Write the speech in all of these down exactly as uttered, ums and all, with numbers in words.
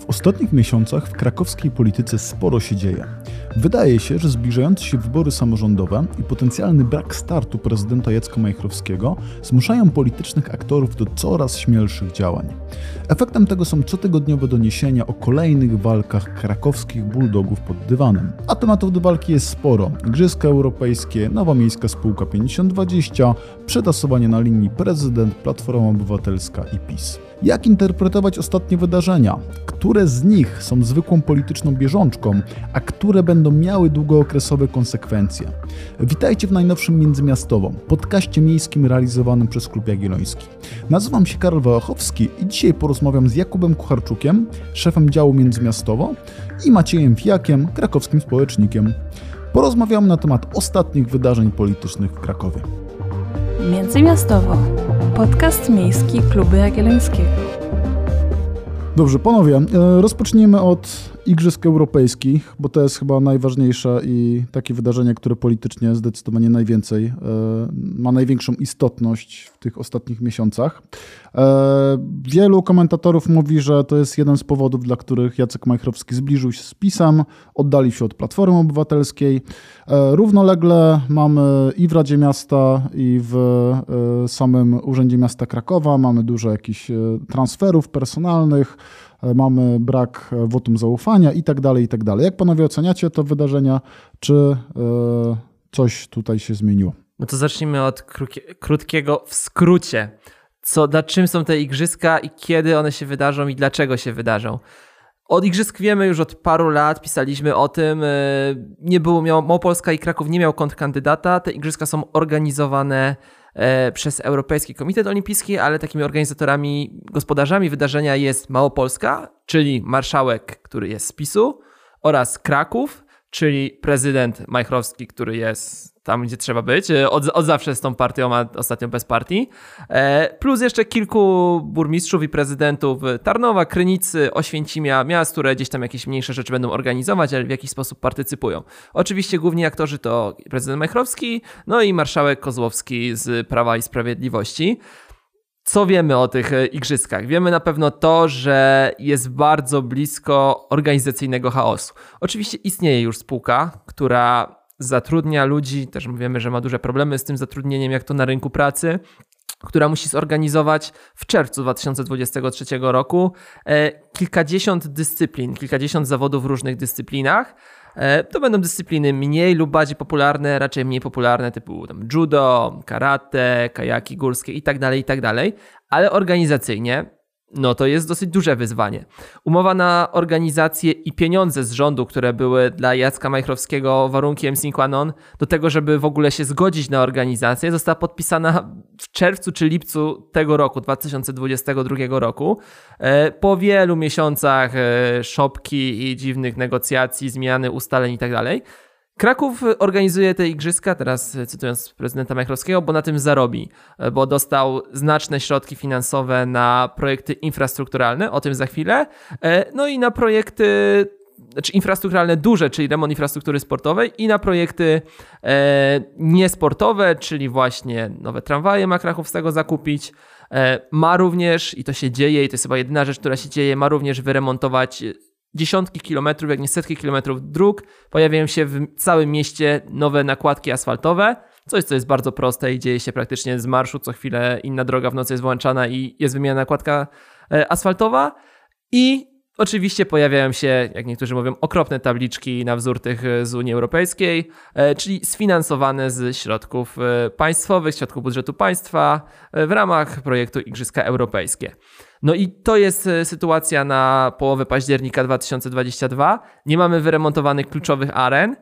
W ostatnich miesiącach w krakowskiej polityce sporo się dzieje. Wydaje się, że zbliżające się wybory samorządowe i potencjalny brak startu prezydenta Jacka Majchrowskiego zmuszają politycznych aktorów do coraz śmielszych działań. Efektem tego są cotygodniowe doniesienia o kolejnych walkach krakowskich bulldogów pod dywanem. A tematów do walki jest sporo. Igrzyska europejskie, nowa miejska spółka pięćdziesiąt dwadzieścia, przetasowanie na linii prezydent, Platforma Obywatelska i PiS. Jak interpretować ostatnie wydarzenia? Które z nich są zwykłą polityczną bieżączką, a które będą miały długookresowe konsekwencje? Witajcie w najnowszym Międzymiastowo, podcaście miejskim realizowanym przez Klub Jagielloński. Nazywam się Karol Wałachowski i dzisiaj porozmawiam z Jakubem Kucharczukiem, szefem działu Międzymiastowo, i Maciejem Fijakiem, krakowskim społecznikiem. Porozmawiamy na temat ostatnich wydarzeń politycznych w Krakowie. Międzymiastowo. Podcast miejski Klubu Jagiellońskiego. Dobrze, panowie, rozpoczniemy od Igrzysk Europejskich, bo to jest chyba najważniejsze i takie wydarzenie, które politycznie zdecydowanie najwięcej, ma największą istotność w tych ostatnich miesiącach. Wielu komentatorów mówi, że to jest jeden z powodów, dla których Jacek Majchrowski zbliżył się z PiS-em, oddalił się od Platformy Obywatelskiej. Równolegle mamy i w Radzie Miasta, i w samym Urzędzie Miasta Krakowa mamy dużo jakichś transferów personalnych, mamy brak wotum zaufania i tak dalej, i tak dalej. Jak panowie oceniacie te wydarzenia? Czy e, coś tutaj się zmieniło? No to zacznijmy od krótkie, krótkiego w skrócie. Co, dla czym są te igrzyska i kiedy one się wydarzą i dlaczego się wydarzą? Od igrzysk wiemy już od paru lat, pisaliśmy o tym. Nie było, miał, Małopolska i Kraków nie miał kontrkandydata. Te igrzyska są organizowane przez Europejski Komitet Olimpijski, ale takimi organizatorami, gospodarzami wydarzenia jest Małopolska, czyli marszałek, który jest z PiS-u, oraz Kraków, czyli prezydent Majchrowski, który jest tam, gdzie trzeba być. Od, od zawsze z tą partią, a ostatnio bez partii. Plus jeszcze kilku burmistrzów i prezydentów Tarnowa, Krynicy, Oświęcimia, miast, które gdzieś tam jakieś mniejsze rzeczy będą organizować, ale w jakiś sposób partycypują. Oczywiście główni aktorzy to prezydent Majchrowski, no i marszałek Kozłowski z Prawa i Sprawiedliwości. Co wiemy o tych igrzyskach? Wiemy na pewno to, że jest bardzo blisko organizacyjnego chaosu. Oczywiście istnieje już spółka, która zatrudnia ludzi, też wiemy, że ma duże problemy z tym zatrudnieniem, jak to na rynku pracy, która musi zorganizować w czerwcu dwa tysiące dwudziestego trzeciego roku kilkadziesiąt dyscyplin, kilkadziesiąt zawodów w różnych dyscyplinach. To będą dyscypliny mniej lub bardziej popularne, raczej mniej popularne, typu tam judo, karate, kajaki górskie itd., itd., ale organizacyjnie no to jest dosyć duże wyzwanie. Umowa na organizację i pieniądze z rządu, które były dla Jacka Majchrowskiego warunkiem sine qua non do tego, żeby w ogóle się zgodzić na organizację, została podpisana w czerwcu czy lipcu tego roku, dwa tysiące dwudziestego drugiego roku. Po wielu miesiącach szopki i dziwnych negocjacji, zmiany ustaleń itd. Kraków organizuje te igrzyska, teraz cytując prezydenta Majchrowskiego, bo na tym zarobi, bo dostał znaczne środki finansowe na projekty infrastrukturalne, o tym za chwilę, no i na projekty, znaczy infrastrukturalne duże, czyli remont infrastruktury sportowej, i na projekty e, niesportowe, czyli właśnie nowe tramwaje ma Kraków z tego zakupić. E, ma również, i to się dzieje, i to jest chyba jedyna rzecz, która się dzieje, ma również wyremontować dziesiątki kilometrów, jak nie setki kilometrów dróg. Pojawiają się w całym mieście nowe nakładki asfaltowe, coś, co jest bardzo proste i dzieje się praktycznie z marszu. Co chwilę inna droga w nocy jest włączana i jest wymieniana nakładka asfaltowa. I oczywiście pojawiają się, jak niektórzy mówią, okropne tabliczki na wzór tych z Unii Europejskiej, czyli sfinansowane z środków państwowych, środków budżetu państwa w ramach projektu Igrzyska Europejskie. No i to jest sytuacja na połowę października dwa tysiące dwudziestego drugiego. Nie mamy wyremontowanych kluczowych aren.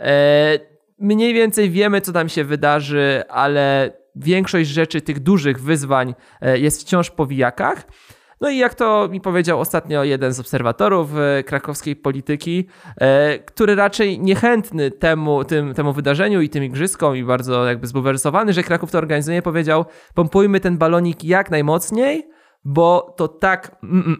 Mniej więcej wiemy, co tam się wydarzy, ale większość rzeczy, tych dużych wyzwań jest wciąż po wijakach. No i jak to mi powiedział ostatnio jeden z obserwatorów krakowskiej polityki, który raczej niechętny temu, tym, temu wydarzeniu i tym igrzyskom i bardzo jakby zbulwersowany, że Kraków to organizuje, powiedział: pompujmy ten balonik jak najmocniej, bo to tak mm, mm, mm,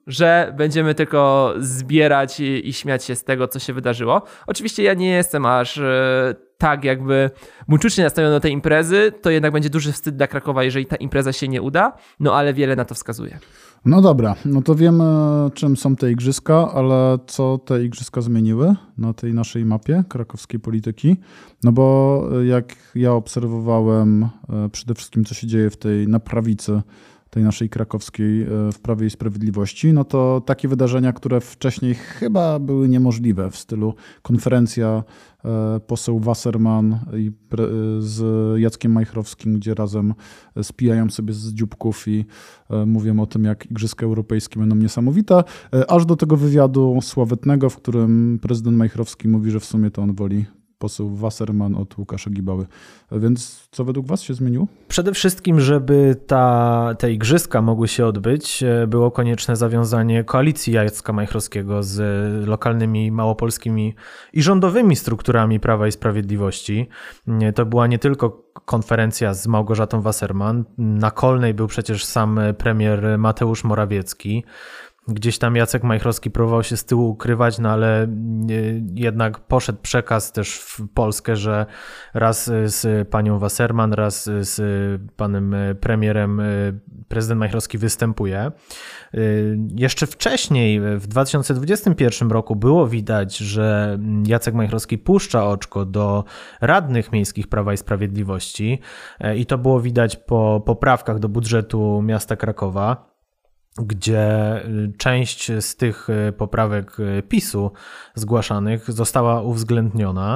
że będziemy tylko zbierać i, i śmiać się z tego, co się wydarzyło. Oczywiście ja nie jestem aż e, tak jakby buńczucznie nastawiony do tej imprezy, to jednak będzie duży wstyd dla Krakowa, jeżeli ta impreza się nie uda, no ale wiele na to wskazuje. No dobra, no to wiemy, czym są te igrzyska, ale co te igrzyska zmieniły na tej naszej mapie krakowskiej polityki? No bo jak ja obserwowałem przede wszystkim, co się dzieje w tej na prawicy tej naszej krakowskiej w Prawie i Sprawiedliwości, no to takie wydarzenia, które wcześniej chyba były niemożliwe, w stylu konferencja poseł Wasserman i z Jackiem Majchrowskim, gdzie razem spijają sobie z dzióbków i mówią o tym, jak Igrzyska Europejskie będą niesamowite, aż do tego wywiadu sławetnego, w którym prezydent Majchrowski mówi, że w sumie to on woli poseł Wasserman od Łukasza Gibały. Więc co według was się zmieniło? Przede wszystkim, żeby ta, te igrzyska mogły się odbyć, było konieczne zawiązanie koalicji Jacka Majchrowskiego z lokalnymi, małopolskimi i rządowymi strukturami Prawa i Sprawiedliwości. To była nie tylko konferencja z Małgorzatą Wasserman. Na Kolnej był przecież sam premier Mateusz Morawiecki. Gdzieś tam Jacek Majchrowski próbował się z tyłu ukrywać, no ale jednak poszedł przekaz też w Polskę, że raz z panią Wasserman, raz z panem premierem prezydent Majchrowski występuje. Jeszcze wcześniej, w dwa tysiące dwudziestym pierwszym roku było widać, że Jacek Majchrowski puszcza oczko do radnych miejskich Prawa i Sprawiedliwości i to było widać po poprawkach do budżetu miasta Krakowa, gdzie część z tych poprawek PiSu zgłaszanych została uwzględniona.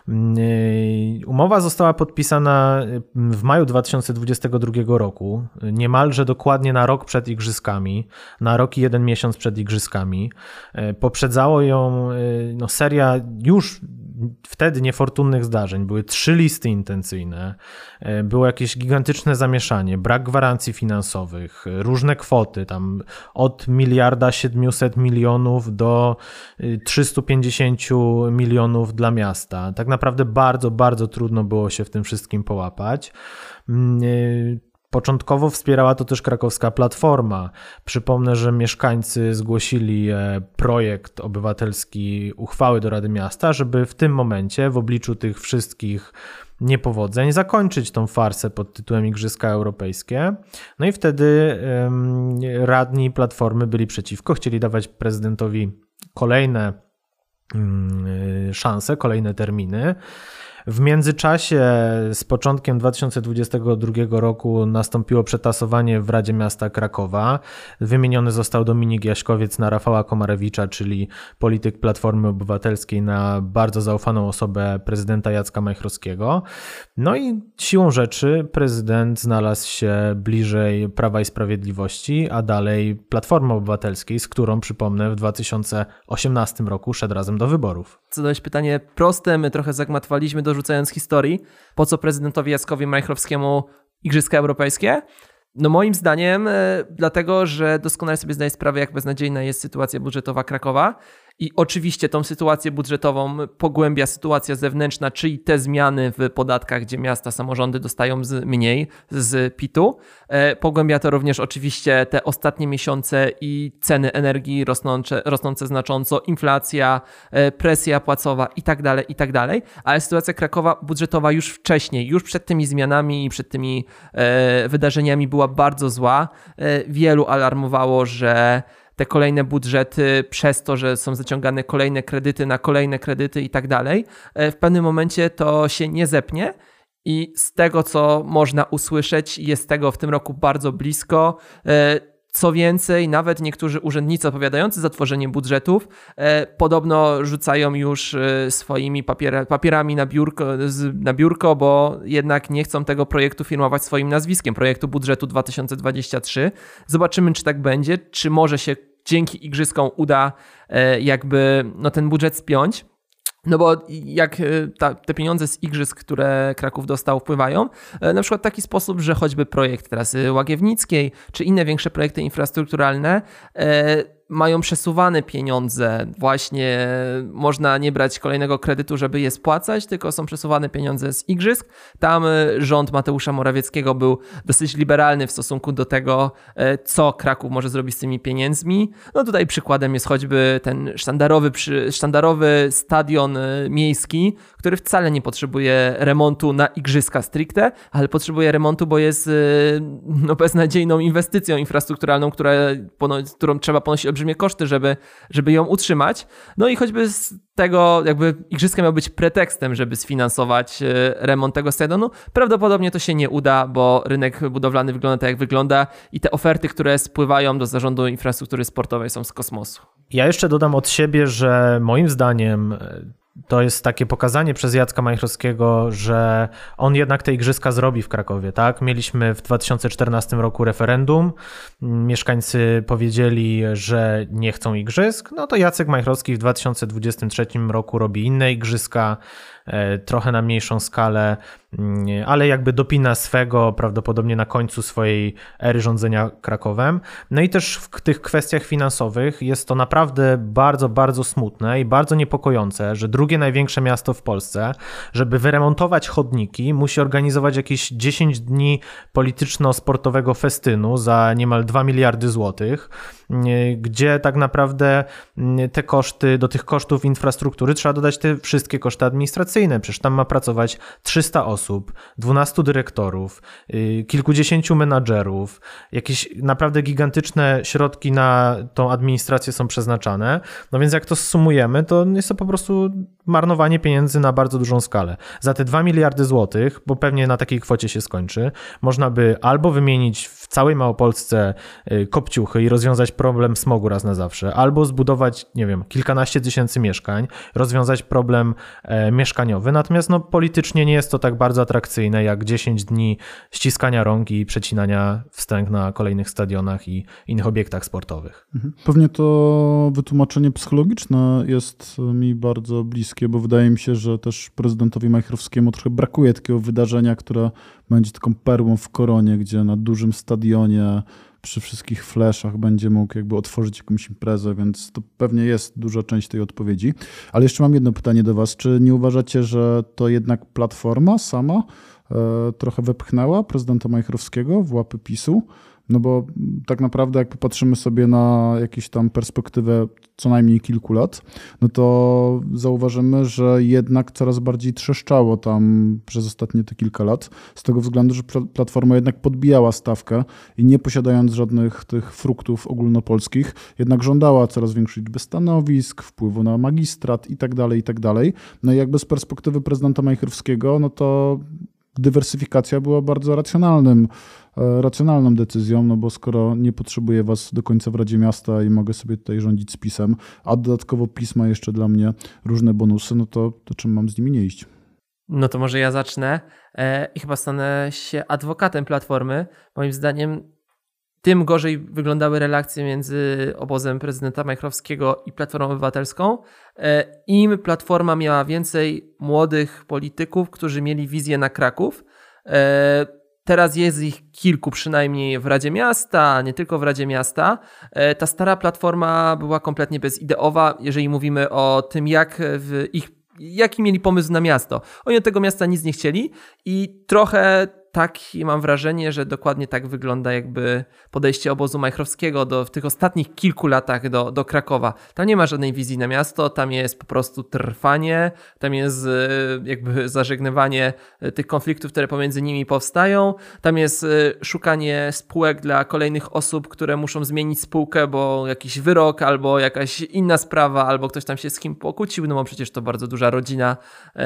Umowa została podpisana w maju dwa tysiące dwudziestego drugiego roku, niemalże dokładnie na rok przed igrzyskami, na rok i jeden miesiąc przed igrzyskami. Poprzedzało ją no, seria już wtedy niefortunnych zdarzeń. Były trzy listy intencyjne, było jakieś gigantyczne zamieszanie, brak gwarancji finansowych, różne kwoty, tam od miliarda siedmiuset milionów do trzystu pięćdziesięciu milionów dla miasta. Tak naprawdę bardzo, bardzo trudno było się w tym wszystkim połapać. Początkowo wspierała to też krakowska Platforma. Przypomnę, że mieszkańcy zgłosili projekt obywatelski uchwały do Rady Miasta, żeby w tym momencie, w obliczu tych wszystkich niepowodzeń, zakończyć tą farsę pod tytułem Igrzyska Europejskie. No i wtedy um, radni Platformy byli przeciwko, chcieli dawać prezydentowi kolejne um, szanse, kolejne terminy. W międzyczasie z początkiem dwa tysiące dwudziestego drugiego roku nastąpiło przetasowanie w Radzie Miasta Krakowa. Wymieniony został Dominik Jaśkowiec na Rafała Komarewicza, czyli polityk Platformy Obywatelskiej, na bardzo zaufaną osobę prezydenta Jacka Majchrowskiego. No i siłą rzeczy prezydent znalazł się bliżej Prawa i Sprawiedliwości, a dalej Platformy Obywatelskiej, z którą, przypomnę, w dwa tysiące osiemnastym roku szedł razem do wyborów. Zadałeś pytanie proste, my trochę zagmatwaliśmy, dorzucając historii. Po co prezydentowi Jackowi Majchrowskiemu Igrzyska Europejskie? No moim zdaniem dlatego, że doskonale sobie zdaję sprawę, jak beznadziejna jest sytuacja budżetowa Krakowa. I oczywiście tą sytuację budżetową pogłębia sytuacja zewnętrzna, czyli te zmiany w podatkach, gdzie miasta, samorządy dostają z mniej z pitu. Pogłębia to również oczywiście te ostatnie miesiące i ceny energii rosnące, rosnące znacząco, inflacja, presja płacowa i tak dalej, i tak dalej. Ale sytuacja Krakowa budżetowa już wcześniej, już przed tymi zmianami i przed tymi wydarzeniami była bardzo zła. Wielu alarmowało, że te kolejne budżety, przez to, że są zaciągane kolejne kredyty na kolejne kredyty i tak dalej, w pewnym momencie to się nie zepnie i z tego, co można usłyszeć, jest tego w tym roku bardzo blisko. Co więcej, nawet niektórzy urzędnicy odpowiadający za tworzenie budżetów e, podobno rzucają już e, swoimi papier, papierami na biurko, z, na biurko, bo jednak nie chcą tego projektu firmować swoim nazwiskiem, projektu budżetu dwa tysiące dwudziestego trzeciego. Zobaczymy, czy tak będzie, czy może się dzięki igrzyskom uda e, jakby no, ten budżet spiąć. No bo jak ta, te pieniądze z igrzysk, które Kraków dostał, wpływają, na przykład w taki sposób, że choćby projekt trasy Łagiewnickiej, czy inne większe projekty infrastrukturalne mają przesuwane pieniądze. Właśnie można nie brać kolejnego kredytu, żeby je spłacać, tylko są przesuwane pieniądze z igrzysk. Tam rząd Mateusza Morawieckiego był dosyć liberalny w stosunku do tego, co Kraków może zrobić z tymi pieniędzmi. No tutaj przykładem jest choćby ten sztandarowy, sztandarowy stadion miejski, który wcale nie potrzebuje remontu na igrzyska stricte, ale potrzebuje remontu, bo jest no, beznadziejną inwestycją infrastrukturalną, która, którą trzeba ponosić olbrzymie koszty, żeby, żeby ją utrzymać. No i choćby z tego jakby igrzyska miał być pretekstem, żeby sfinansować remont tego stadionu. Prawdopodobnie to się nie uda, bo rynek budowlany wygląda tak, jak wygląda i te oferty, które spływają do Zarządu Infrastruktury Sportowej, są z kosmosu. Ja jeszcze dodam od siebie, że moim zdaniem to jest takie pokazanie przez Jacka Majchrowskiego, że on jednak te igrzyska zrobi w Krakowie, tak? Mieliśmy w dwa tysiące czternastym roku referendum, mieszkańcy powiedzieli, że nie chcą igrzysk, no to Jacek Majchrowski w dwa tysiące dwudziestym trzecim roku robi inne igrzyska, trochę na mniejszą skalę, ale jakby dopina swego prawdopodobnie na końcu swojej ery rządzenia Krakowem. No i też w tych kwestiach finansowych jest to naprawdę bardzo, bardzo smutne i bardzo niepokojące, że drugie największe miasto w Polsce, żeby wyremontować chodniki, musi organizować jakieś dziesięć dni polityczno-sportowego festynu za niemal dwa miliardy złotych, gdzie tak naprawdę te koszty, do tych kosztów infrastruktury trzeba dodać te wszystkie koszty administracyjne. Przecież tam ma pracować trzysta osób, dwunastu dyrektorów, kilkudziesięciu menadżerów, jakieś naprawdę gigantyczne środki na tą administrację są przeznaczane. No więc jak to zsumujemy, to jest to po prostu marnowanie pieniędzy na bardzo dużą skalę. Za te dwa miliardy złotych, bo pewnie na takiej kwocie się skończy, można by albo wymienić w całej Małopolsce kopciuchy i rozwiązać problem smogu raz na zawsze, albo zbudować, nie wiem, kilkanaście tysięcy mieszkań, rozwiązać problem e, mieszkaniowy, natomiast no, politycznie nie jest to tak bardzo atrakcyjne jak dziesięć dni ściskania rąk i przecinania wstęg na kolejnych stadionach i innych obiektach sportowych. Mhm. Pewnie to wytłumaczenie psychologiczne jest mi bardzo bliskie, bo wydaje mi się, że też prezydentowi Majchrowskiemu trochę brakuje takiego wydarzenia, które będzie taką perłą w koronie, gdzie na dużym stadionie przy wszystkich fleszach będzie mógł jakby otworzyć jakąś imprezę, więc to pewnie jest duża część tej odpowiedzi. Ale jeszcze mam jedno pytanie do was. Czy nie uważacie, że to jednak Platforma sama e, trochę wepchnęła prezydenta Majchrowskiego w łapy PiSu? No bo tak naprawdę jak popatrzymy sobie na jakąś tam perspektywę co najmniej kilku lat, no to zauważymy, że jednak coraz bardziej trzeszczało tam przez ostatnie te kilka lat, z tego względu, że Platforma jednak podbijała stawkę i nie posiadając żadnych tych fruktów ogólnopolskich, jednak żądała coraz większej liczby stanowisk, wpływu na magistrat i tak dalej, i tak dalej. No i jakby z perspektywy prezydenta Majchrowskiego, no to dywersyfikacja była bardzo racjonalnym, racjonalną decyzją, no bo skoro nie potrzebuję was do końca w Radzie Miasta i mogę sobie tutaj rządzić z PiS-em, a dodatkowo PiS ma jeszcze dla mnie różne bonusy, no to, to czym mam z nimi nie iść? No to może ja zacznę e, i chyba stanę się adwokatem Platformy. Moim zdaniem tym gorzej wyglądały relacje między obozem prezydenta Majchrowskiego i Platformą Obywatelską. E, Im Platforma miała więcej młodych polityków, którzy mieli wizję na Kraków. E, Teraz jest ich kilku przynajmniej w Radzie Miasta, nie tylko w Radzie Miasta. Ta stara Platforma była kompletnie bezideowa, jeżeli mówimy o tym, jak w ich, jaki mieli pomysł na miasto. Oni od tego miasta nic nie chcieli i trochę tak mam wrażenie, że dokładnie tak wygląda jakby podejście obozu Majchrowskiego do, w tych ostatnich kilku latach do, do Krakowa. Tam nie ma żadnej wizji na miasto, tam jest po prostu trwanie, tam jest jakby zażegnywanie tych konfliktów, które pomiędzy nimi powstają, tam jest szukanie spółek dla kolejnych osób, które muszą zmienić spółkę, bo jakiś wyrok albo jakaś inna sprawa, albo ktoś tam się z kim pokłócił, no bo przecież to bardzo duża rodzina,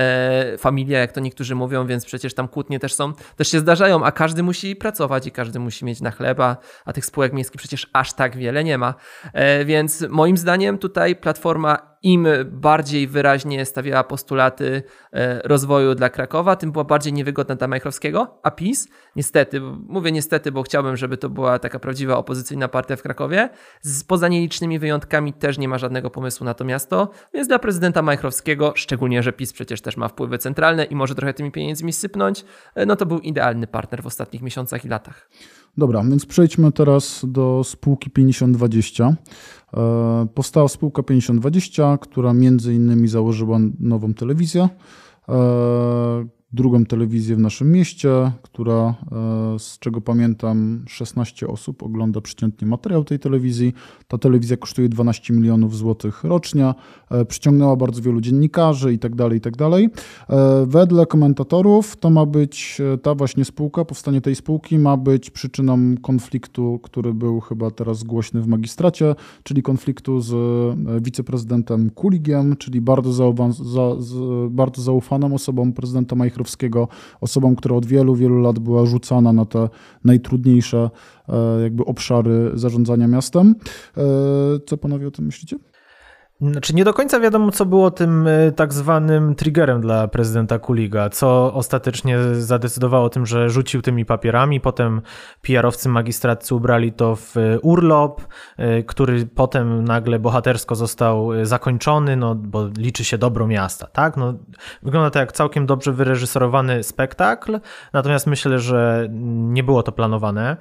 e, familia, jak to niektórzy mówią, więc przecież tam kłótnie też są, też się zdarzają, a każdy musi pracować i każdy musi mieć na chleba, a tych spółek miejskich przecież aż tak wiele nie ma. E, więc moim zdaniem tutaj Platforma im bardziej wyraźnie stawiała postulaty e, rozwoju dla Krakowa, tym była bardziej niewygodna dla Majchrowskiego, a PiS niestety, mówię niestety, bo chciałbym, żeby to była taka prawdziwa opozycyjna partia w Krakowie, z, poza nielicznymi wyjątkami też nie ma żadnego pomysłu na to miasto, więc dla prezydenta Majchrowskiego, szczególnie, że PiS przecież też ma wpływy centralne i może trochę tymi pieniędzmi sypnąć, e, no to był idealny partner w ostatnich miesiącach i latach. Dobra, więc przejdźmy teraz do spółki pięćdziesiąt dwadzieścia. Powstała spółka pięćdziesiąt dwadzieścia, która między innymi założyła nową telewizję, drugą telewizję w naszym mieście, która, z czego pamiętam, szesnaście osób ogląda przeciętnie materiał tej telewizji. Ta telewizja kosztuje dwanaście milionów złotych rocznie, przyciągnęła bardzo wielu dziennikarzy i tak dalej, i tak dalej. Wedle komentatorów to ma być ta właśnie spółka, powstanie tej spółki ma być przyczyną konfliktu, który był chyba teraz głośny w magistracie, czyli konfliktu z wiceprezydentem Kuligiem, czyli bardzo, zauwa- za, z, bardzo zaufaną osobą prezydenta Majchrowskiego, osobą, która od wielu, wielu lat była rzucana na te najtrudniejsze jakby obszary zarządzania miastem. Co panowie o tym myślicie? Znaczy nie do końca wiadomo, co było tym tak zwanym triggerem dla prezydenta Kuliga, co ostatecznie zadecydowało o tym, że rzucił tymi papierami, potem P R-owcy magistratcy ubrali to w urlop, który potem nagle bohatersko został zakończony, no bo liczy się dobro miasta, tak? No, wygląda to jak całkiem dobrze wyreżyserowany spektakl, natomiast myślę, że nie było to planowane.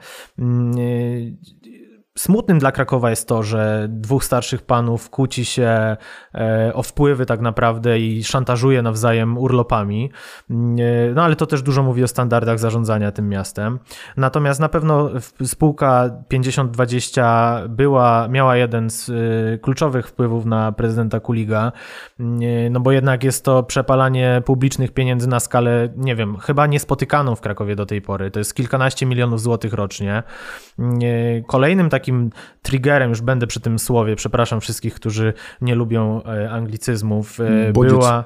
Smutnym dla Krakowa jest to, że dwóch starszych panów kłóci się o wpływy tak naprawdę i szantażuje nawzajem urlopami, no ale to też dużo mówi o standardach zarządzania tym miastem. Natomiast na pewno spółka pięćdziesiąt dwadzieścia była, miała jeden z kluczowych wpływów na prezydenta Kuliga, no bo jednak jest to przepalanie publicznych pieniędzy na skalę, nie wiem, chyba niespotykaną w Krakowie do tej pory. To jest kilkanaście milionów złotych rocznie. Kolejnym takim Takim triggerem, już będę przy tym słowie, przepraszam wszystkich, którzy nie lubią anglicyzmów, była,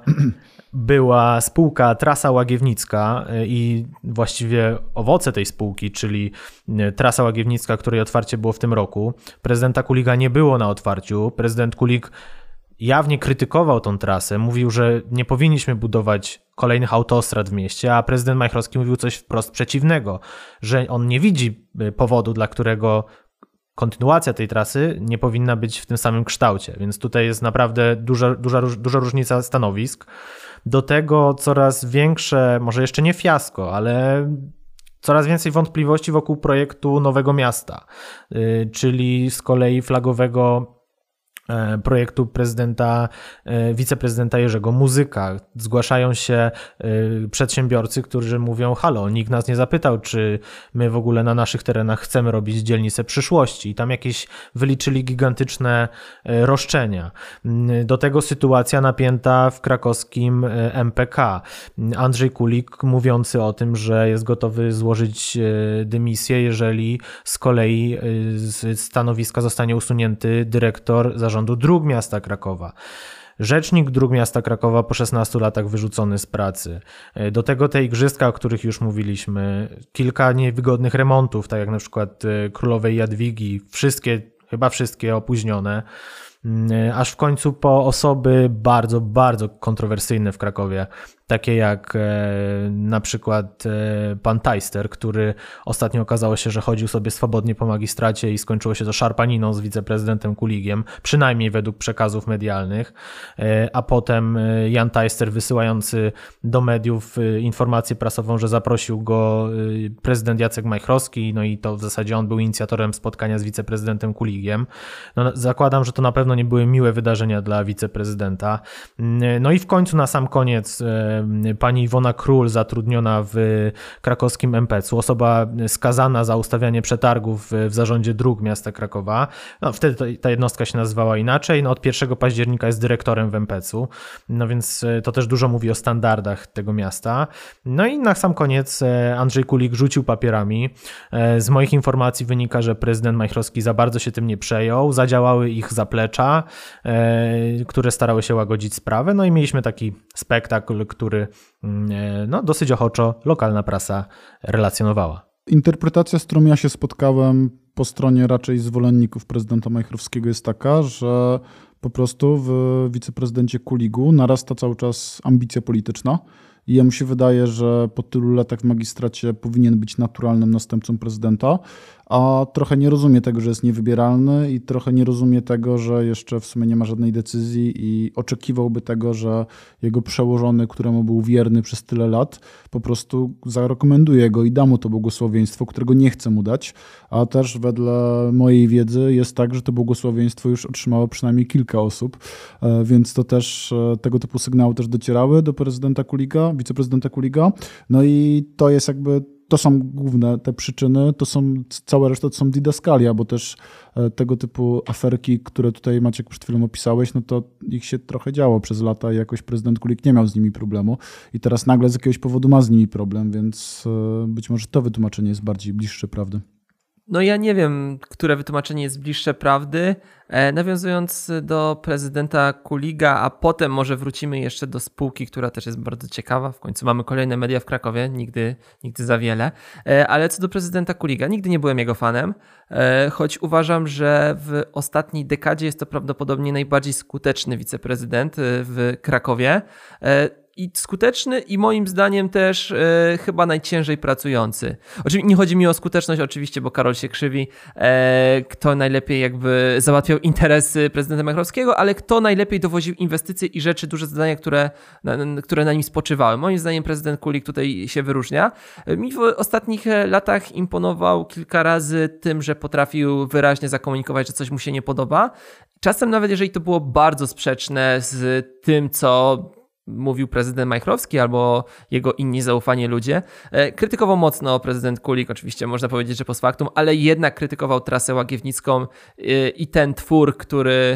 była spółka Trasa Łagiewnicka i właściwie owoce tej spółki, czyli Trasa Łagiewnicka, której otwarcie było w tym roku. Prezydenta Kuliga nie było na otwarciu. Prezydent Kulig jawnie krytykował tą trasę, mówił, że nie powinniśmy budować kolejnych autostrad w mieście, a prezydent Majchrowski mówił coś wprost przeciwnego, że on nie widzi powodu, dla którego kontynuacja tej trasy nie powinna być w tym samym kształcie, więc tutaj jest naprawdę duża, duża, duża różnica stanowisk. Do tego coraz większe, może jeszcze nie fiasko, ale coraz więcej wątpliwości wokół projektu Nowego Miasta, czyli z kolei flagowego projektu prezydenta, wiceprezydenta Jerzego Muzyka. Zgłaszają się przedsiębiorcy, którzy mówią: halo, nikt nas nie zapytał, czy my w ogóle na naszych terenach chcemy robić dzielnicę przyszłości. I tam jakieś wyliczyli gigantyczne roszczenia. Do tego sytuacja napięta w krakowskim M P K. Andrzej Kulig mówiący o tym, że jest gotowy złożyć dymisję, jeżeli z kolei z stanowiska zostanie usunięty dyrektor zarządu dróg miasta Krakowa. Rzecznik dróg miasta Krakowa po szesnastu latach wyrzucony z pracy. Do tego te igrzyska, o których już mówiliśmy, kilka niewygodnych remontów, tak jak na przykład Królowej Jadwigi, wszystkie, chyba wszystkie opóźnione, aż w końcu po osoby bardzo, bardzo kontrowersyjne w Krakowie, takie jak e, na przykład e, pan Tajster, który ostatnio okazało się, że chodził sobie swobodnie po magistracie i skończyło się to szarpaniną z wiceprezydentem Kuligiem, przynajmniej według przekazów medialnych, e, a potem Jan Tajster wysyłający do mediów e, informację prasową, że zaprosił go e, prezydent Jacek Majchrowski, no i to w zasadzie on był inicjatorem spotkania z wiceprezydentem Kuligiem. No, zakładam, że to na pewno nie były miłe wydarzenia dla wiceprezydenta. No i w końcu na sam koniec e, pani Iwona Król, zatrudniona w krakowskim M P C u, osoba skazana za ustawianie przetargów w zarządzie dróg miasta Krakowa. No, wtedy ta jednostka się nazywała inaczej. No, od pierwszego października jest dyrektorem w M P C u. No więc to też dużo mówi o standardach tego miasta. No i na sam koniec Andrzej Kulig rzucił papierami. Z moich informacji wynika, że prezydent Majchrowski za bardzo się tym nie przejął. Zadziałały ich zaplecza, które starały się łagodzić sprawę. No i mieliśmy taki spektakl, który no, dosyć ochoczo lokalna prasa relacjonowała. Interpretacja, z którą ja się spotkałem po stronie raczej zwolenników prezydenta Majchrowskiego jest taka, że po prostu w wiceprezydencie Kuligu narasta cały czas ambicja polityczna i jemu się wydaje, że po tylu latach w magistracie powinien być naturalnym następcą prezydenta, a trochę nie rozumie tego, że jest niewybieralny i trochę nie rozumie tego, że jeszcze w sumie nie ma żadnej decyzji i oczekiwałby tego, że jego przełożony, któremu był wierny przez tyle lat, po prostu zarekomenduje go i da mu to błogosławieństwo, którego nie chce mu dać, a też wedle mojej wiedzy jest tak, że to błogosławieństwo już otrzymało przynajmniej kilka osób, więc to też tego typu sygnały też docierały do prezydenta Kuliga, wiceprezydenta Kuliga, no i to jest jakby to są główne te przyczyny, to są, cała reszta to są didaskalia, bo też tego typu aferki, które tutaj Maciek przed chwilą opisałeś, no to ich się trochę działo przez lata i jakoś prezydent Kulik nie miał z nimi problemu i teraz nagle z jakiegoś powodu ma z nimi problem, więc być może to wytłumaczenie jest bardziej bliższe prawdy. No ja nie wiem, które wytłumaczenie jest bliższe prawdy. E, nawiązując do prezydenta Kuliga, a potem może wrócimy jeszcze do spółki, która też jest bardzo ciekawa. W końcu mamy kolejne media w Krakowie, nigdy, nigdy za wiele. E, ale co do prezydenta Kuliga, nigdy nie byłem jego fanem, e, choć uważam, że w ostatniej dekadzie jest to prawdopodobnie najbardziej skuteczny wiceprezydent w Krakowie. E, I skuteczny i moim zdaniem też e, chyba najciężej pracujący. Oczywiście nie chodzi mi o skuteczność oczywiście, bo Karol się krzywi, e, kto najlepiej jakby załatwiał interesy prezydenta Majchrowskiego, ale kto najlepiej dowoził inwestycje i rzeczy, duże zadania, które na, które na nim spoczywały. Moim zdaniem prezydent Kulik tutaj się wyróżnia. Mi w ostatnich latach imponował kilka razy tym, że potrafił wyraźnie zakomunikować, że coś mu się nie podoba. Czasem nawet jeżeli to było bardzo sprzeczne z tym, co mówił prezydent Majchrowski albo jego inni zaufani ludzie. Krytykował mocno prezydent Kulik, oczywiście można powiedzieć, że post factum, ale jednak krytykował trasę łagiewnicką i ten twór, który,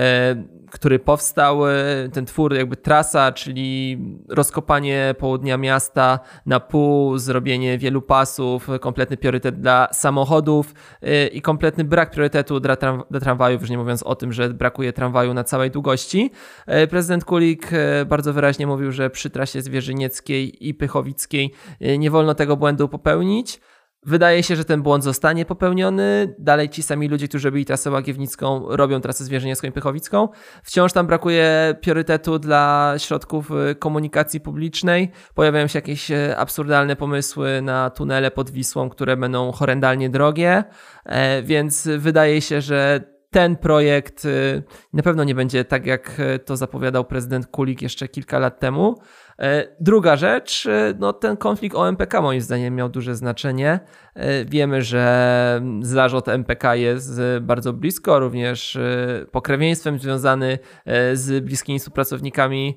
który powstał, ten twór jakby trasa, czyli rozkopanie południa miasta na pół, zrobienie wielu pasów, kompletny priorytet dla samochodów i kompletny brak priorytetu dla, tram- dla tramwajów, już nie mówiąc o tym, że brakuje tramwaju na całej długości. Prezydent Kulik bardzo wyraźnie mówił, że przy trasie zwierzynieckiej i pychowickiej nie wolno tego błędu popełnić. Wydaje się, że ten błąd zostanie popełniony. Dalej ci sami ludzie, którzy robili trasę łagiewnicką, robią trasę zwierzyniecką i pychowicką. Wciąż tam brakuje priorytetu dla środków komunikacji publicznej. Pojawiają się jakieś absurdalne pomysły na tunele pod Wisłą, które będą horrendalnie drogie, więc wydaje się, że ten projekt na pewno nie będzie tak, jak to zapowiadał prezydent Kulik jeszcze kilka lat temu. Druga rzecz, no ten konflikt o M P K moim zdaniem miał duże znaczenie. Wiemy, że zarząd M P K jest bardzo blisko, również pokrewieństwem związany z bliskimi współpracownikami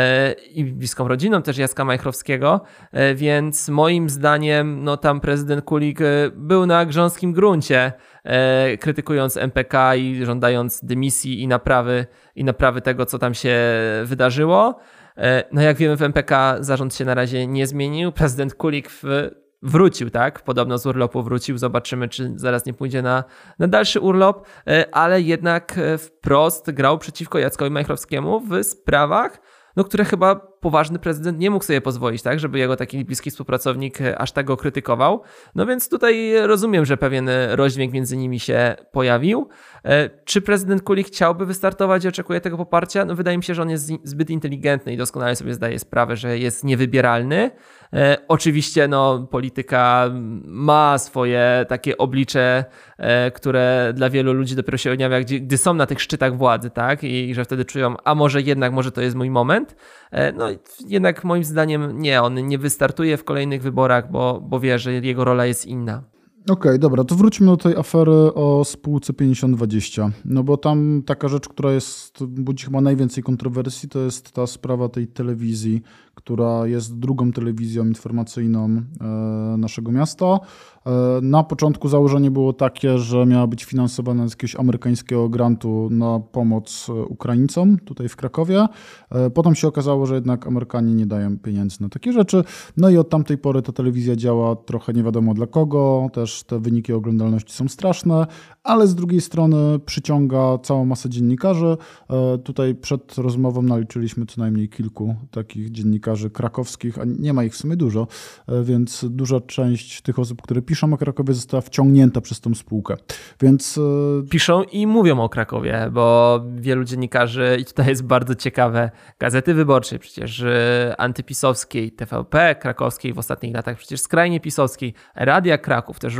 i bliską rodziną też Jacka Majchrowskiego, więc moim zdaniem no tam prezydent Kulik był na grząskim gruncie, krytykując M P K i żądając dymisji i naprawy, i naprawy tego, co tam się wydarzyło. No jak wiemy, w M P K zarząd się na razie nie zmienił. Prezydent Kulik w, wrócił, tak? Podobno z urlopu wrócił. Zobaczymy, czy zaraz nie pójdzie na, na dalszy urlop, ale jednak wprost grał przeciwko Jackowi Majchrowskiemu w sprawach, no, które chyba poważny prezydent nie mógł sobie pozwolić, tak, żeby jego taki bliski współpracownik aż tak go krytykował. No więc tutaj rozumiem, że pewien rozdźwięk między nimi się pojawił. Czy prezydent Kulik chciałby wystartować i oczekuje tego poparcia? No wydaje mi się, że on jest zbyt inteligentny i doskonale sobie zdaje sprawę, że jest niewybieralny. E, oczywiście no, polityka ma swoje takie oblicze, e, które dla wielu ludzi dopiero się ujawia, gdy, gdy są na tych szczytach władzy, tak? I, i że wtedy czują, a może jednak, może to jest mój moment. E, no jednak moim zdaniem nie, on nie wystartuje w kolejnych wyborach, bo, bo wie, że jego rola jest inna. Okej, okay, dobra, to wróćmy do tej afery o spółce pięćdziesiąt dwadzieścia. No bo tam taka rzecz, która jest, budzi chyba najwięcej kontrowersji, to jest ta sprawa tej telewizji, która jest drugą telewizją informacyjną e, naszego miasta. E, na początku założenie było takie, że miała być finansowana z jakiegoś amerykańskiego grantu na pomoc Ukraińcom tutaj w Krakowie. E, potem się okazało, że jednak Amerykanie nie dają pieniędzy na takie rzeczy. No i od tamtej pory ta telewizja działa trochę nie wiadomo dla kogo, też te wyniki oglądalności są straszne, ale z drugiej strony przyciąga całą masę dziennikarzy. E, tutaj przed rozmową naliczyliśmy co najmniej kilku takich dziennikarzy krakowskich, a nie ma ich w sumie dużo, więc duża część tych osób, które piszą o Krakowie, została wciągnięta przez tą spółkę. Więc piszą i mówią o Krakowie, bo wielu dziennikarzy, i tutaj jest bardzo ciekawe, Gazety Wyborczej, przecież antypisowskiej, T V P krakowskiej w ostatnich latach, przecież skrajnie pisowskiej, Radia Kraków, też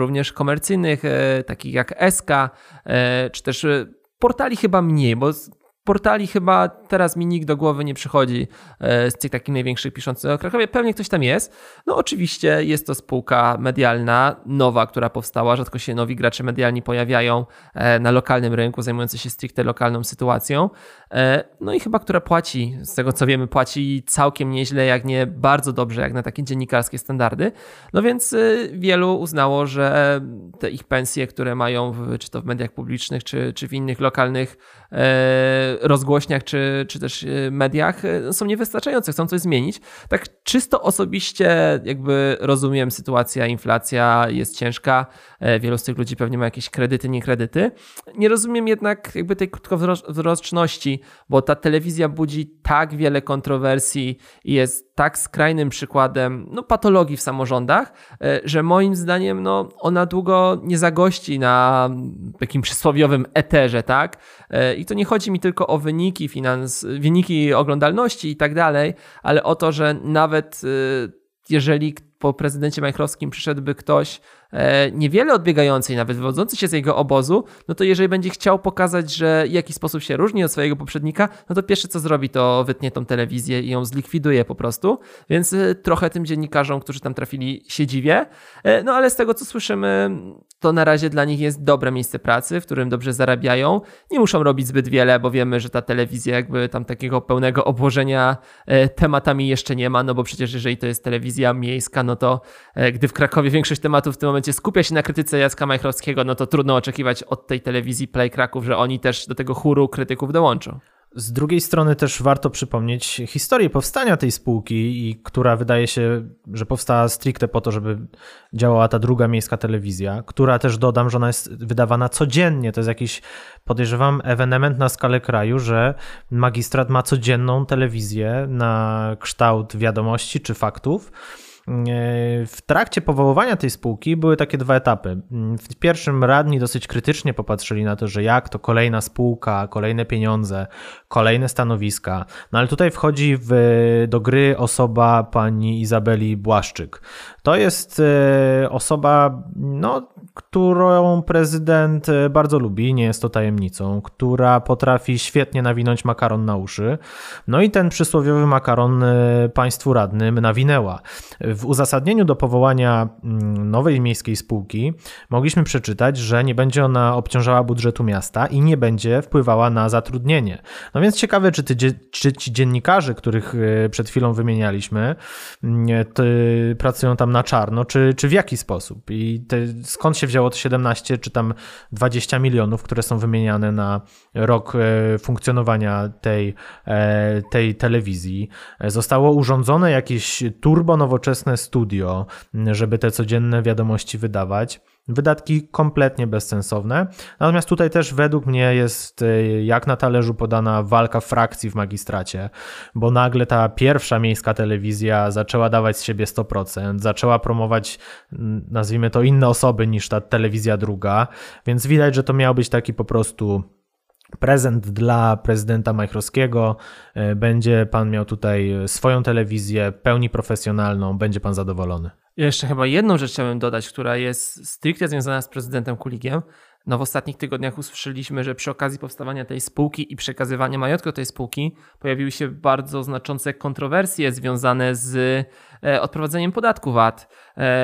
również komercyjnych, takich jak S K, czy też portali chyba mniej, bo portali chyba teraz mi nikt do głowy nie przychodzi z tych takich największych piszących o Krakowie. Pewnie ktoś tam jest. No oczywiście jest to spółka medialna, nowa, która powstała. Rzadko się nowi gracze medialni pojawiają na lokalnym rynku, zajmujący się stricte lokalną sytuacją. No i chyba, która płaci, z tego co wiemy, płaci całkiem nieźle, jak nie bardzo dobrze, jak na takie dziennikarskie standardy. No więc wielu uznało, że te ich pensje, które mają w, czy to w mediach publicznych, czy, czy w innych lokalnych rozgłośniach, czy, czy też mediach są niewystarczające, chcą coś zmienić. Tak czysto osobiście jakby rozumiem, sytuacja, inflacja jest ciężka, wielu z tych ludzi pewnie ma jakieś kredyty, nie kredyty. Nie rozumiem jednak jakby tej krótkowzroczności, bo ta telewizja budzi tak wiele kontrowersji i jest tak skrajnym przykładem no, patologii w samorządach, że moim zdaniem no, ona długo nie zagości na takim przysłowiowym eterze, tak? I to nie chodzi mi tylko o wyniki finans, wyniki oglądalności i tak dalej, ale o to, że nawet jeżeli po prezydencie Majchrowskim przyszedłby ktoś niewiele odbiegający i nawet wywodzący się z jego obozu, no to jeżeli będzie chciał pokazać, że w jakiś sposób się różni od swojego poprzednika, no to pierwsze co zrobi, to wytnie tą telewizję i ją zlikwiduje po prostu. Więc trochę tym dziennikarzom, którzy tam trafili, się dziwię. No ale z tego co słyszymy, to na razie dla nich jest dobre miejsce pracy, w którym dobrze zarabiają. Nie muszą robić zbyt wiele, bo wiemy, że ta telewizja jakby tam takiego pełnego obłożenia tematami jeszcze nie ma, no bo przecież jeżeli to jest telewizja miejska, no to gdy w Krakowie większość tematów w tym momencie skupia się na krytyce Jacka Majchrowskiego, no to trudno oczekiwać od tej telewizji Play Kraków, że oni też do tego chóru krytyków dołączą. Z drugiej strony też warto przypomnieć historię powstania tej spółki, i która wydaje się, że powstała stricte po to, żeby działała ta druga miejska telewizja, która też dodam, że ona jest wydawana codziennie. To jest jakiś, podejrzewam, ewenement na skalę kraju, że magistrat ma codzienną telewizję na kształt wiadomości czy faktów. W trakcie powoływania tej spółki były takie dwa etapy. W pierwszym radni dosyć krytycznie popatrzyli na to, że jak to kolejna spółka, kolejne pieniądze, kolejne stanowiska. No ale tutaj wchodzi w, do gry osoba pani Izabeli Błaszczyk. To jest osoba, no, którą prezydent bardzo lubi, nie jest to tajemnicą, która potrafi świetnie nawinąć makaron na uszy. No i ten przysłowiowy makaron państwu radnym nawinęła. W uzasadnieniu do powołania nowej miejskiej spółki mogliśmy przeczytać, że nie będzie ona obciążała budżetu miasta i nie będzie wpływała na zatrudnienie. No więc ciekawe, czy, ty, czy ci dziennikarze, których przed chwilą wymienialiśmy, pracują tam na czarno, czy, czy w jaki sposób? I te, skąd się wzięło to siedemnaście czy tam dwadzieścia milionów, które są wymieniane na rok funkcjonowania tej, tej telewizji? Zostało urządzone jakieś turbo nowoczesne studio, żeby te codzienne wiadomości wydawać. Wydatki kompletnie bezsensowne. Natomiast tutaj też według mnie jest jak na talerzu podana walka frakcji w magistracie, bo nagle ta pierwsza miejska telewizja zaczęła dawać z siebie sto procent, zaczęła promować, nazwijmy to, inne osoby niż ta telewizja druga, więc widać, że to miał być taki po prostu prezent dla prezydenta Majchrowskiego. Będzie pan miał tutaj swoją telewizję, pełni profesjonalną, będzie pan zadowolony. Ja jeszcze chyba jedną rzecz chciałem dodać, która jest stricte związana z prezydentem Kuligiem. No w ostatnich tygodniach usłyszeliśmy, że przy okazji powstawania tej spółki i przekazywania majątku tej spółki pojawiły się bardzo znaczące kontrowersje związane z odprowadzeniem podatku V A T.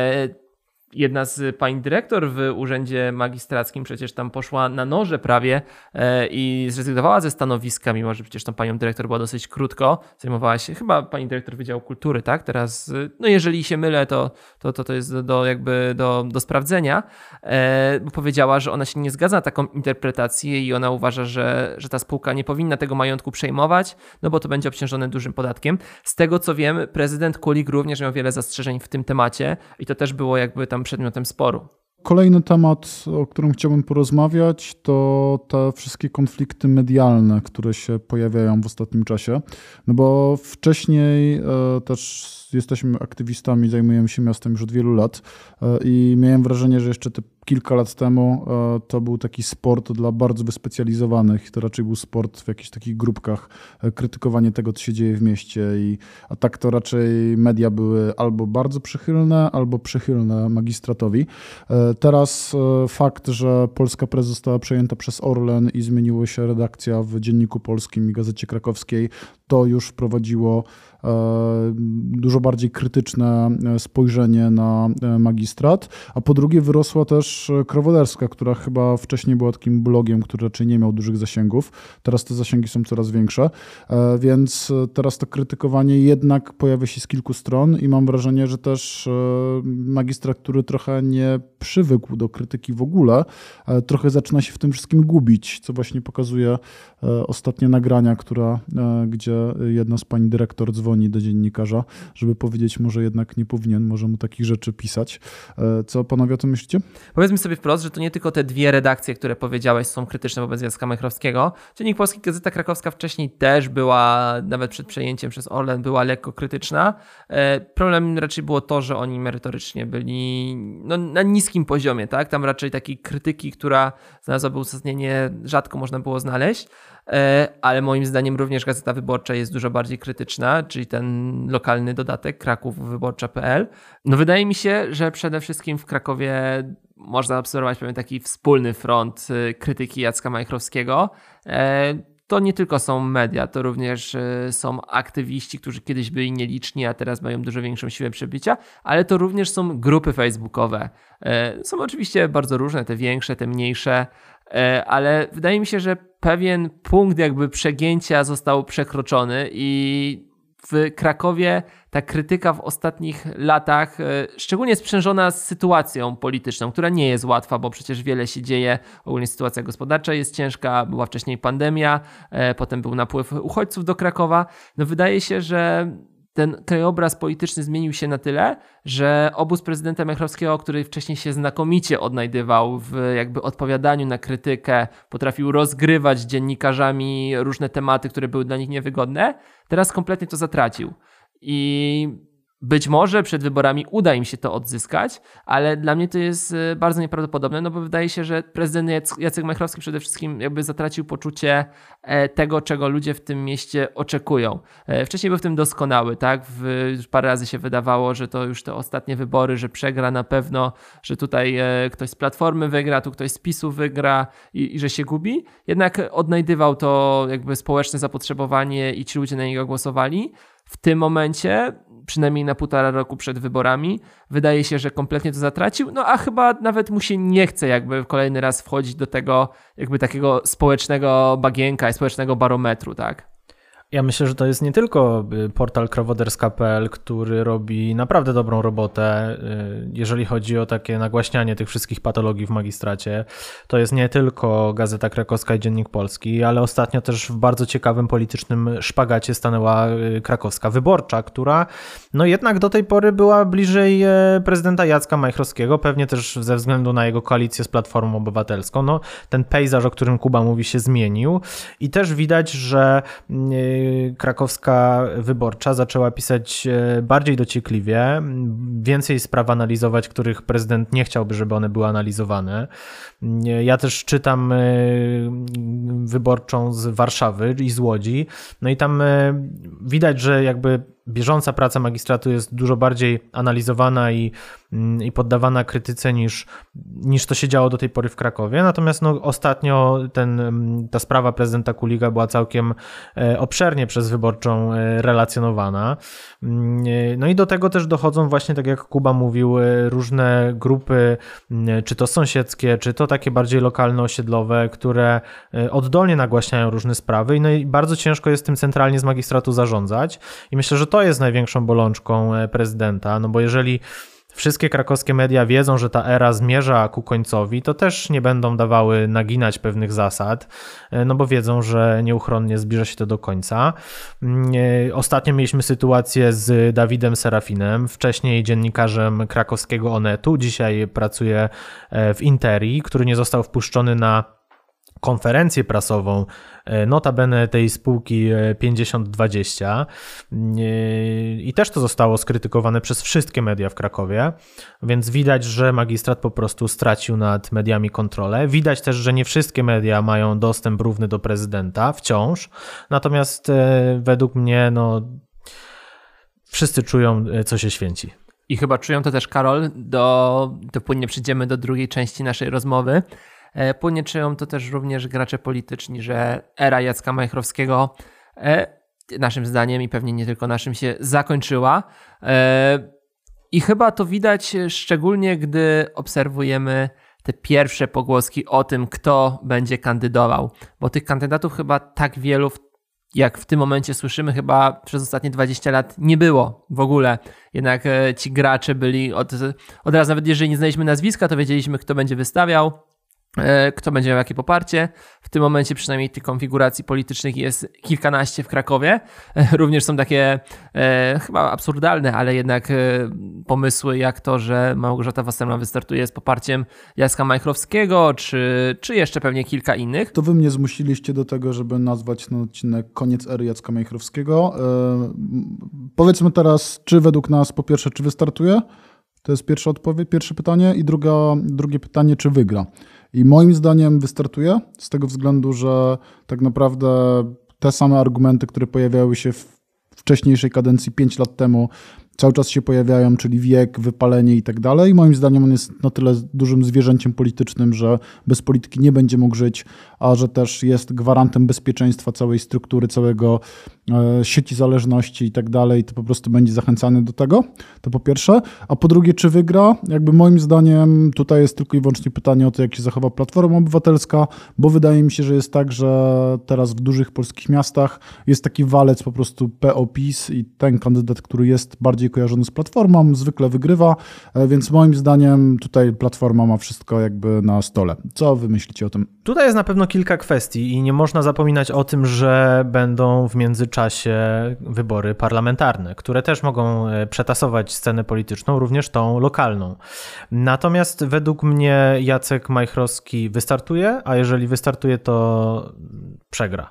Jedna z pań dyrektor w urzędzie magistrackim przecież tam poszła na noże prawie i zrezygnowała ze stanowiska, mimo że przecież tą panią dyrektor była dosyć krótko. Zajmowała się chyba pani dyrektor Wydziału Kultury, tak? Teraz, no jeżeli się mylę, to to, to, to jest do, jakby do, do sprawdzenia, bo powiedziała, że ona się nie zgadza na taką interpretację i ona uważa, że, że ta spółka nie powinna tego majątku przejmować, no bo to będzie obciążone dużym podatkiem. Z tego co wiem, prezydent Kulig również miał wiele zastrzeżeń w tym temacie i to też było jakby tam przedmiotem sporu. Kolejny temat, o którym chciałbym porozmawiać, to te wszystkie konflikty medialne, które się pojawiają w ostatnim czasie. No bo wcześniej e, też jesteśmy aktywistami, zajmujemy się miastem już od wielu lat e, i miałem wrażenie, że jeszcze te kilka lat temu to był taki sport dla bardzo wyspecjalizowanych. To raczej był sport w jakichś takich grupkach, krytykowanie tego, co się dzieje w mieście. I, a tak to raczej media były albo bardzo przychylne, albo przychylne magistratowi. Teraz fakt, że Polska Press została przejęta przez Orlen i zmieniła się redakcja w Dzienniku Polskim i Gazecie Krakowskiej, to już wprowadziło dużo bardziej krytyczne spojrzenie na magistrat, a po drugie wyrosła też Krawoderska, która chyba wcześniej była takim blogiem, który raczej nie miał dużych zasięgów. Teraz te zasięgi są coraz większe, więc teraz to krytykowanie jednak pojawia się z kilku stron i mam wrażenie, że też magistrat, który trochę nie przywykł do krytyki w ogóle, trochę zaczyna się w tym wszystkim gubić, co właśnie pokazuje ostatnie nagrania, która, gdzie jedna z pani dyrektor dzwoni do dziennikarza, żeby powiedzieć, może jednak nie powinien, może mu takich rzeczy pisać. Co panowie o tym myślicie? Powiedzmy sobie wprost, że to nie tylko te dwie redakcje, które powiedziałeś, są krytyczne wobec Jacka Majchrowskiego. Dziennik Polski, Gazeta Krakowska wcześniej też była, nawet przed przejęciem przez Orlen, była lekko krytyczna. Problem raczej było to, że oni merytorycznie byli no, na niskim poziomie, tak? Tam raczej takiej krytyki, która znalazłaby uzasadnienie, rzadko można było znaleźć. Ale moim zdaniem również Gazeta Wyborcza jest dużo bardziej krytyczna, czyli ten lokalny dodatek kraków wyborcza kropka p l. No wydaje mi się, że przede wszystkim w Krakowie można obserwować pewien taki wspólny front krytyki Jacka Majchrowskiego. To nie tylko są media, to również są aktywiści, którzy kiedyś byli nieliczni, a teraz mają dużo większą siłę przebicia, ale to również są grupy facebookowe. Są oczywiście bardzo różne, te większe, te mniejsze, ale wydaje mi się, że pewien punkt jakby przegięcia został przekroczony i w Krakowie ta krytyka w ostatnich latach, szczególnie sprzężona z sytuacją polityczną, która nie jest łatwa, bo przecież wiele się dzieje, ogólnie sytuacja gospodarcza jest ciężka, była wcześniej pandemia, potem był napływ uchodźców do Krakowa. No wydaje się, że ten krajobraz polityczny zmienił się na tyle, że obóz prezydenta Majchrowskiego, który wcześniej się znakomicie odnajdywał w jakby odpowiadaniu na krytykę, potrafił rozgrywać z dziennikarzami różne tematy, które były dla nich niewygodne, teraz kompletnie to zatracił. I być może przed wyborami uda im się to odzyskać, ale dla mnie to jest bardzo nieprawdopodobne, no bo wydaje się, że prezydent Jacek Majchrowski przede wszystkim jakby zatracił poczucie tego, czego ludzie w tym mieście oczekują. Wcześniej był w tym doskonały, tak? Już parę razy się wydawało, że to już te ostatnie wybory, że przegra na pewno, że tutaj ktoś z Platformy wygra, tu ktoś z PiSu wygra i, i że się gubi. Jednak odnajdywał to jakby społeczne zapotrzebowanie i ci ludzie na niego głosowali. W tym momencie, przynajmniej na półtora roku przed wyborami, wydaje się, że kompletnie to zatracił, no a chyba nawet mu się nie chce jakby kolejny raz wchodzić do tego jakby takiego społecznego bagienka i społecznego barometru, tak? Ja myślę, że to jest nie tylko portal krawoderska kropka p l, który robi naprawdę dobrą robotę, jeżeli chodzi o takie nagłaśnianie tych wszystkich patologii w magistracie. To jest nie tylko Gazeta Krakowska i Dziennik Polski, ale ostatnio też w bardzo ciekawym politycznym szpagacie stanęła Krakowska Wyborcza, która no jednak do tej pory była bliżej prezydenta Jacka Majchrowskiego, pewnie też ze względu na jego koalicję z Platformą Obywatelską. No, ten pejzaż, o którym Kuba mówi, się zmienił i też widać, że Krakowska Wyborcza zaczęła pisać bardziej dociekliwie, więcej spraw analizować, których prezydent nie chciałby, żeby one były analizowane. Ja też czytam Wyborczą z Warszawy i z Łodzi, no i tam widać, że jakby bieżąca praca magistratu jest dużo bardziej analizowana i, i poddawana krytyce niż, niż to się działo do tej pory w Krakowie. Natomiast no, ostatnio ten, ta sprawa prezydenta Kuliga była całkiem obszernie przez Wyborczą relacjonowana. No i do tego też dochodzą właśnie, tak jak Kuba mówił, różne grupy, czy to sąsiedzkie, czy to takie bardziej lokalne, osiedlowe, które oddolnie nagłaśniają różne sprawy. No i bardzo ciężko jest tym centralnie z magistratu zarządzać. I myślę, że to jest największą bolączką prezydenta, no bo jeżeli wszystkie krakowskie media wiedzą, że ta era zmierza ku końcowi, to też nie będą dawały naginać pewnych zasad, no bo wiedzą, że nieuchronnie zbliża się to do końca. Ostatnio mieliśmy sytuację z Dawidem Serafinem, wcześniej dziennikarzem krakowskiego Onetu, dzisiaj pracuje w Interi, który nie został wpuszczony na konferencję prasową, notabene tej spółki pięćdziesiąt dwadzieścia i też to zostało skrytykowane przez wszystkie media w Krakowie, więc widać, że magistrat po prostu stracił nad mediami kontrolę. Widać też, że nie wszystkie media mają dostęp równy do prezydenta wciąż, natomiast według mnie no, wszyscy czują, co się święci. I chyba czują to też, Karol, do, to płynnie przejdziemy do drugiej części naszej rozmowy. Płynnie czują to też również gracze polityczni, że era Jacka Majchrowskiego naszym zdaniem i pewnie nie tylko naszym się zakończyła. I chyba to widać szczególnie, gdy obserwujemy te pierwsze pogłoski o tym, kto będzie kandydował. Bo tych kandydatów chyba tak wielu, jak w tym momencie słyszymy, chyba przez ostatnie dwadzieścia lat nie było w ogóle. Jednak ci gracze byli od, od razu, nawet jeżeli nie znaliśmy nazwiska, to wiedzieliśmy, kto będzie wystawiał, kto będzie miał jakie poparcie. W tym momencie przynajmniej tych konfiguracji politycznych jest kilkanaście w Krakowie. Również są takie e, chyba absurdalne, ale jednak e, pomysły jak to, że Małgorzata Wasserman wystartuje z poparciem Jacka Majchrowskiego, czy, czy jeszcze pewnie kilka innych. To wy mnie zmusiliście do tego, żeby nazwać ten odcinek koniec ery Jacka Majchrowskiego. E, powiedzmy teraz, czy według nas po pierwsze, czy wystartuje? To jest pierwsza odpowiedź, pierwsze pytanie. I druga, drugie pytanie, czy wygra? I moim zdaniem wystartuje z tego względu, że tak naprawdę te same argumenty, które pojawiały się w wcześniejszej kadencji pięć lat temu, cały czas się pojawiają, czyli wiek, wypalenie i tak dalej. Moim zdaniem on jest na tyle dużym zwierzęciem politycznym, że bez polityki nie będzie mógł żyć, a że też jest gwarantem bezpieczeństwa całej struktury, całego e, sieci zależności i tak dalej, to po prostu będzie zachęcany do tego. To po pierwsze. A po drugie, czy wygra? Jakby moim zdaniem tutaj jest tylko i wyłącznie pytanie o to, jak się zachowa Platforma Obywatelska, bo wydaje mi się, że jest tak, że teraz w dużych polskich miastach jest taki walec po prostu P O PiS i ten kandydat, który jest bardziej kojarzony z Platformą, zwykle wygrywa, więc moim zdaniem tutaj Platforma ma wszystko jakby na stole. Co wy myślicie o tym? Tutaj jest na pewno kilka kwestii i nie można zapominać o tym, że będą w międzyczasie wybory parlamentarne, które też mogą przetasować scenę polityczną, również tą lokalną. Natomiast według mnie Jacek Majchrowski wystartuje, a jeżeli wystartuje, to przegra.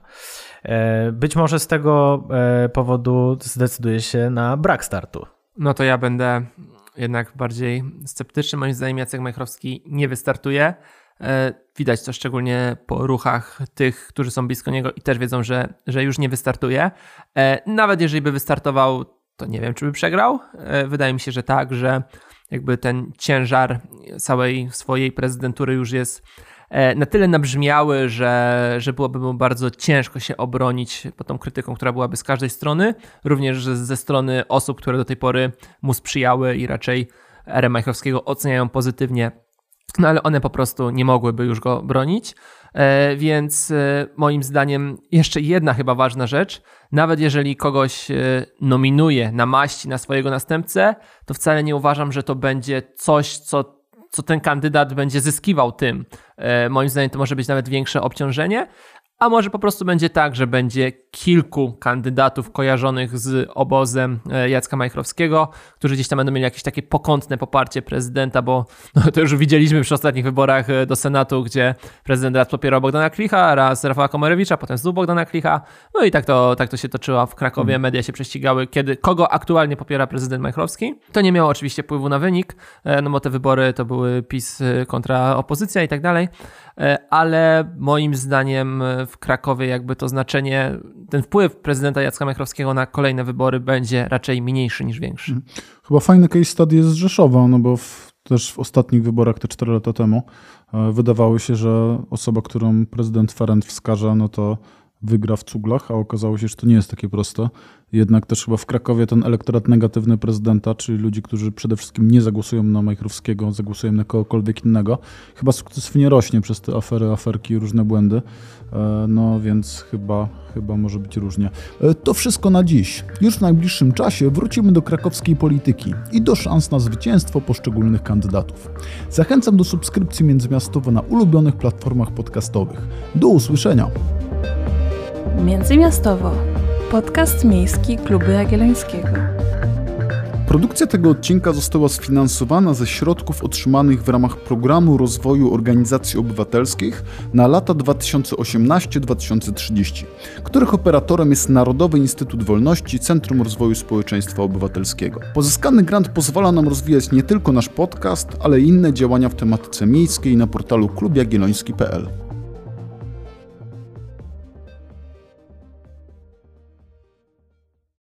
Być może z tego powodu zdecyduje się na brak startu. No to ja będę jednak bardziej sceptyczny. Moim zdaniem Jacek Majchrowski nie wystartuje. Widać to szczególnie po ruchach tych, którzy są blisko niego i też wiedzą, że, że już nie wystartuje. Nawet jeżeli by wystartował, to nie wiem, czy by przegrał. Wydaje mi się, że tak, że jakby ten ciężar całej swojej prezydentury już jest na tyle nabrzmiały, że, że byłoby mu bardzo ciężko się obronić pod tą krytyką, która byłaby z każdej strony, również ze strony osób, które do tej pory mu sprzyjały i raczej erę Majchrowskiego oceniają pozytywnie, no ale one po prostu nie mogłyby już go bronić, więc moim zdaniem jeszcze jedna chyba ważna rzecz, nawet jeżeli kogoś nominuje, namaści na swojego następcę, to wcale nie uważam, że to będzie coś, co co ten kandydat będzie zyskiwał tym. E, moim zdaniem to może być nawet większe obciążenie, a może po prostu będzie tak, że będzie kilku kandydatów kojarzonych z obozem Jacka Majchrowskiego, którzy gdzieś tam będą mieli jakieś takie pokątne poparcie prezydenta, bo no, to już widzieliśmy przy ostatnich wyborach do Senatu, gdzie prezydent raz popierał Bogdana Klicha, raz Rafała Komorowicza, potem znów Bogdana Klicha. No i tak to, tak to się toczyło w Krakowie. Hmm. Media się prześcigały, kiedy kogo aktualnie popiera prezydent Majchrowski. To nie miało oczywiście wpływu na wynik, no bo te wybory to były PiS kontra opozycja i tak dalej, ale moim zdaniem w Krakowie jakby to znaczenie, ten wpływ prezydenta Jacka Majchrowskiego na kolejne wybory będzie raczej mniejszy niż większy. Chyba fajny case study jest z Rzeszowa, no bo w, też w ostatnich wyborach te cztery lata temu e, wydawało się, że osoba, którą prezydent Ferenc wskaże, no to wygra w cuglach, a okazało się, że to nie jest takie proste. Jednak też chyba w Krakowie ten elektorat negatywny prezydenta, czyli ludzi, którzy przede wszystkim nie zagłosują na Majchrowskiego, zagłosują na kogokolwiek innego, chyba sukcesywnie rośnie przez te afery, aferki i różne błędy. No więc chyba, chyba może być różnie. To wszystko na dziś. Już w najbliższym czasie wrócimy do krakowskiej polityki i do szans na zwycięstwo poszczególnych kandydatów. Zachęcam do subskrypcji Międzymiastowo na ulubionych platformach podcastowych. Do usłyszenia! Międzymiastowo. Podcast miejski Klubu Jagiellońskiego. Produkcja tego odcinka została sfinansowana ze środków otrzymanych w ramach Programu Rozwoju Organizacji Obywatelskich na lata dwa tysiące osiemnasty do dwa tysiące trzydziestego, których operatorem jest Narodowy Instytut Wolności - Centrum Rozwoju Społeczeństwa Obywatelskiego. Pozyskany grant pozwala nam rozwijać nie tylko nasz podcast, ale i inne działania w tematyce miejskiej na portalu klub jagielloński kropka p l.